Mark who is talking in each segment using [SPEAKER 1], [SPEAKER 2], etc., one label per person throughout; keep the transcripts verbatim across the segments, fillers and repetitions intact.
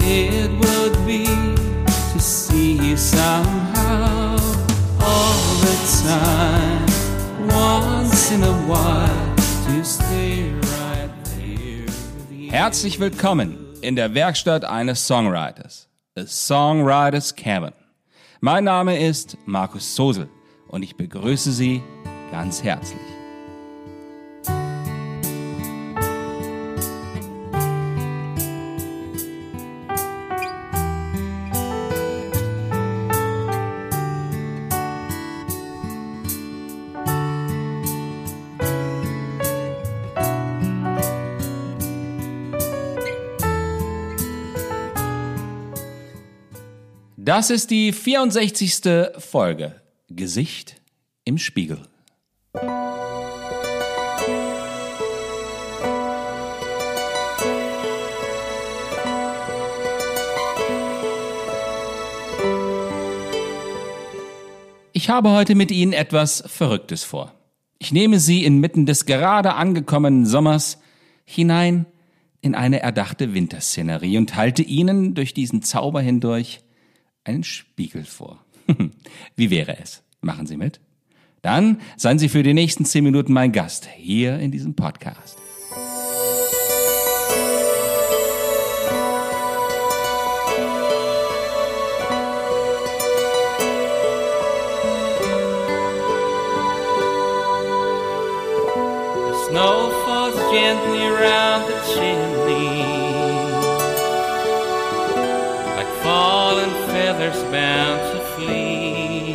[SPEAKER 1] it would be to see you somehow all the time, once in a while, to stay right there with you.
[SPEAKER 2] Herzlich willkommen in der Werkstatt eines Songwriters, A Songwriter's Cabin. Mein Name ist Markus Zosel und ich begrüße Sie ganz herzlich. Das ist die vierundsechzigste Folge Gesicht im Spiegel. Ich habe heute mit Ihnen etwas Verrücktes vor. Ich nehme Sie inmitten des gerade angekommenen Sommers hinein in eine erdachte Winterszenerie und halte Ihnen durch diesen Zauber hindurch einen Spiegel vor. Wie wäre es? Machen Sie mit? Dann seien Sie für die nächsten zehn Minuten mein Gast hier in diesem Podcast.
[SPEAKER 1] The snow falls gently around the chimney, like fallen feathers bound to flee.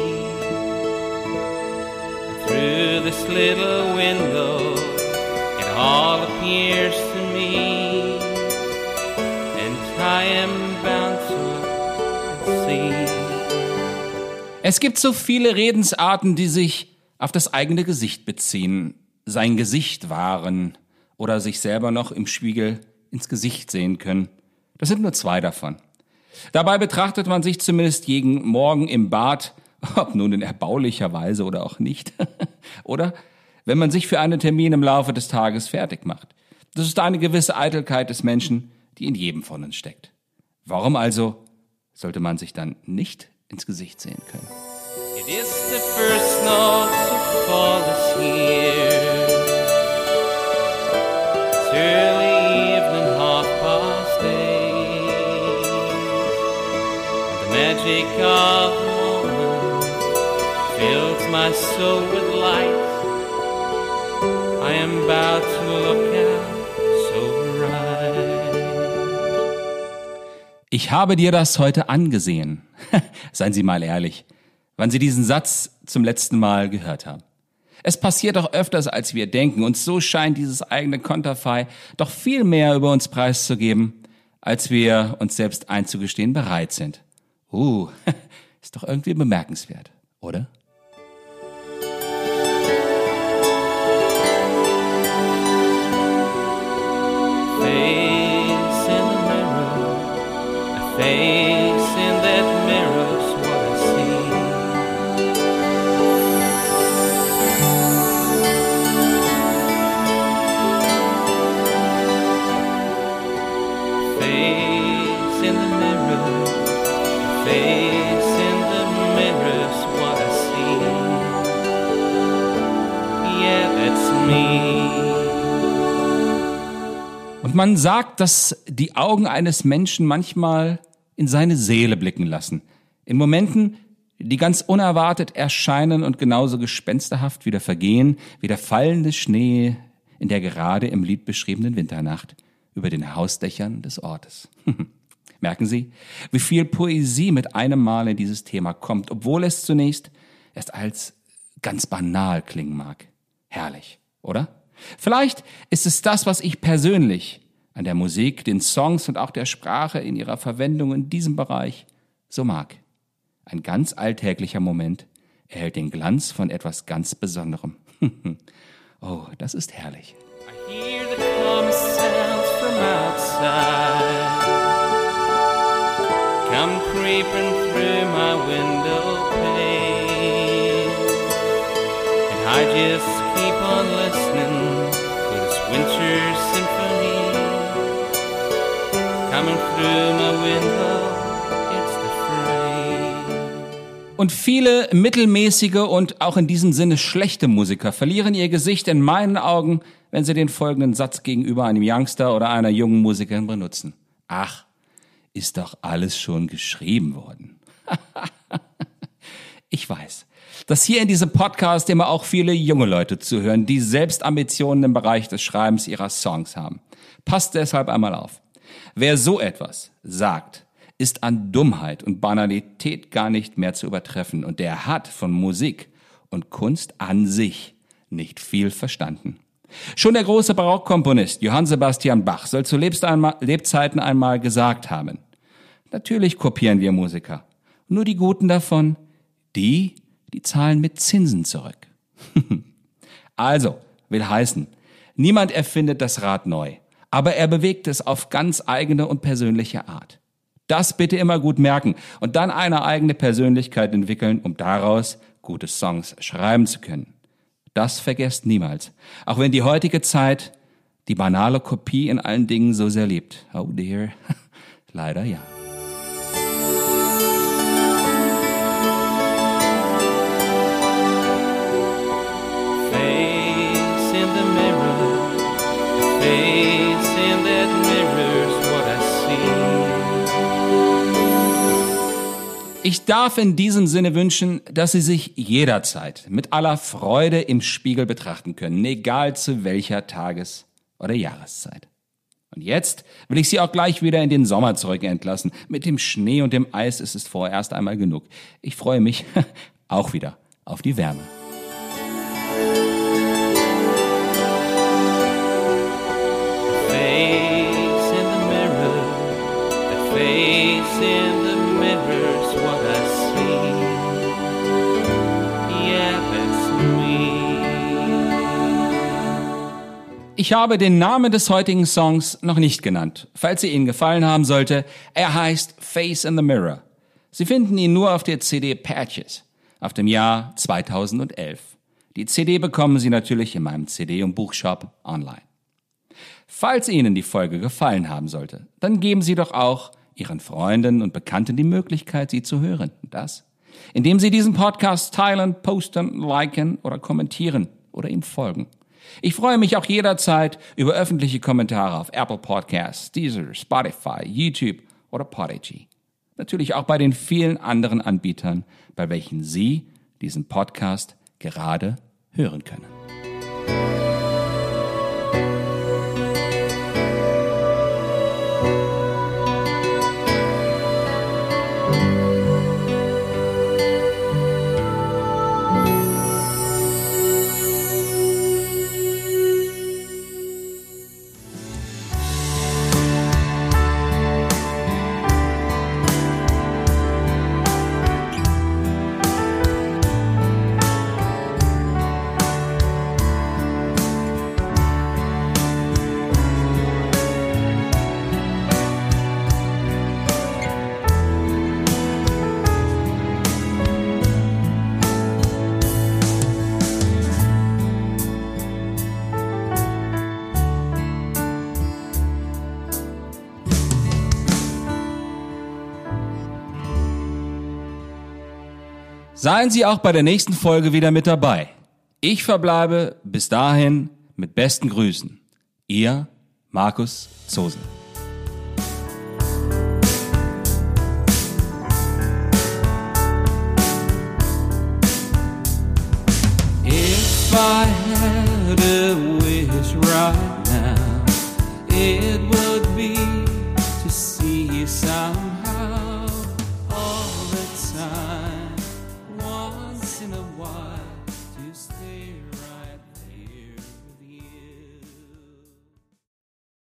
[SPEAKER 1] And through this little window it all appears to me, and I am bound to look and see.
[SPEAKER 2] Es gibt so viele Redensarten, die sich auf das eigene Gesicht beziehen, sein Gesicht wahren oder sich selber noch im Spiegel ins Gesicht sehen können. Das sind nur zwei davon. Dabei betrachtet man sich zumindest jeden Morgen im Bad, ob nun in erbaulicher Weise oder auch nicht, oder wenn man sich für einen Termin im Laufe des Tages fertig macht. Das ist eine gewisse Eitelkeit des Menschen, die in jedem von uns steckt. Warum also sollte man sich dann nicht ins Gesicht sehen können?
[SPEAKER 1] It is the first snow to fall this year. It's early evening, half past eight. And the magic of the moment fills my soul with light. I am about to look out so right.
[SPEAKER 2] Ich habe dir das heute angesehen. Seien Sie mal ehrlich, wann Sie diesen Satz zum letzten Mal gehört haben. Es passiert doch öfters, als wir denken, und so scheint dieses eigene Konterfei doch viel mehr über uns preiszugeben, als wir uns selbst einzugestehen bereit sind. Uh, ist doch irgendwie bemerkenswert, oder?
[SPEAKER 1] Face in the mirror, a face in that mirror's what I see. Face in the mirror, a face in the mirror's what I see. Yeah, that's me.
[SPEAKER 2] Und man sagt, dass die Augen eines Menschen manchmal in seine Seele blicken lassen. In Momenten, die ganz unerwartet erscheinen und genauso gespensterhaft wieder vergehen, wie der fallende Schnee in der gerade im Lied beschriebenen Winternacht über den Hausdächern des Ortes. Merken Sie, wie viel Poesie mit einem Mal in dieses Thema kommt, obwohl es zunächst erst als ganz banal klingen mag. Herrlich, oder? Vielleicht ist es das, was ich persönlich an der Musik, den Songs und auch der Sprache in ihrer Verwendung in diesem Bereich so mag. Ein ganz alltäglicher Moment erhält den Glanz von etwas ganz Besonderem. Oh, das ist herrlich.
[SPEAKER 1] I hear the calm sounds from outside, come creeping through my window pane, and I just keep on listening to this winter symphony. coming through my window, it's the freight.
[SPEAKER 2] Und viele mittelmäßige und auch in diesem Sinne schlechte Musiker verlieren ihr Gesicht in meinen Augen, wenn sie den folgenden Satz gegenüber einem Youngster oder einer jungen Musikerin benutzen. Ach, ist doch alles schon geschrieben worden. Ich weiß, dass hier in diesem Podcast immer auch viele junge Leute zuhören, die selbst Ambitionen im Bereich des Schreibens ihrer Songs haben. Passt deshalb einmal auf. Wer so etwas sagt, ist an Dummheit und Banalität gar nicht mehr zu übertreffen und der hat von Musik und Kunst an sich nicht viel verstanden. Schon der große Barockkomponist Johann Sebastian Bach soll zu Lebzeiten einmal gesagt haben: Natürlich kopieren wir Musiker, nur die Guten davon, die, die zahlen mit Zinsen zurück. Also, will heißen, niemand erfindet das Rad neu, aber er bewegt es auf ganz eigene und persönliche Art. Das bitte immer gut merken und dann eine eigene Persönlichkeit entwickeln, um daraus gute Songs schreiben zu können. Das vergesst niemals, auch wenn die heutige Zeit die banale Kopie in allen Dingen so sehr liebt. Oh dear, leider ja.
[SPEAKER 1] Face in the mirror, face in that mirror's what I see.
[SPEAKER 2] Ich darf in diesem Sinne wünschen, dass Sie sich jederzeit mit aller Freude im Spiegel betrachten können, egal zu welcher Tages- oder Jahreszeit. Und jetzt will ich Sie auch gleich wieder in den Sommer zurück entlassen. Mit dem Schnee und dem Eis ist es vorerst einmal genug. Ich freue mich auch wieder auf die Wärme.
[SPEAKER 1] Face in the mirror, the face in the mirror's what I see. Yeah, that's me.
[SPEAKER 2] Ich habe den Namen des heutigen Songs noch nicht genannt. Falls er Ihnen gefallen haben sollte, er heißt Face in the Mirror. Sie finden ihn nur auf der C D Patches, auf dem Jahr zweitausendelf. Die C D bekommen Sie natürlich in meinem C D- und Buchshop online. Falls Ihnen die Folge gefallen haben sollte, dann geben Sie doch auch Ihren Freunden und Bekannten die Möglichkeit, sie zu hören. Das, indem Sie diesen Podcast teilen, posten, liken oder kommentieren oder ihm folgen. Ich freue mich auch jederzeit über öffentliche Kommentare auf Apple Podcasts, Deezer, Spotify, YouTube oder Podigy. Natürlich auch bei den vielen anderen Anbietern, bei welchen Sie diesen Podcast gerade hören können. Seien Sie auch bei der nächsten Folge wieder mit dabei. Ich verbleibe bis dahin mit besten Grüßen. Ihr Markus Zosel.
[SPEAKER 1] If I had a wish right now, it would be to see you somehow.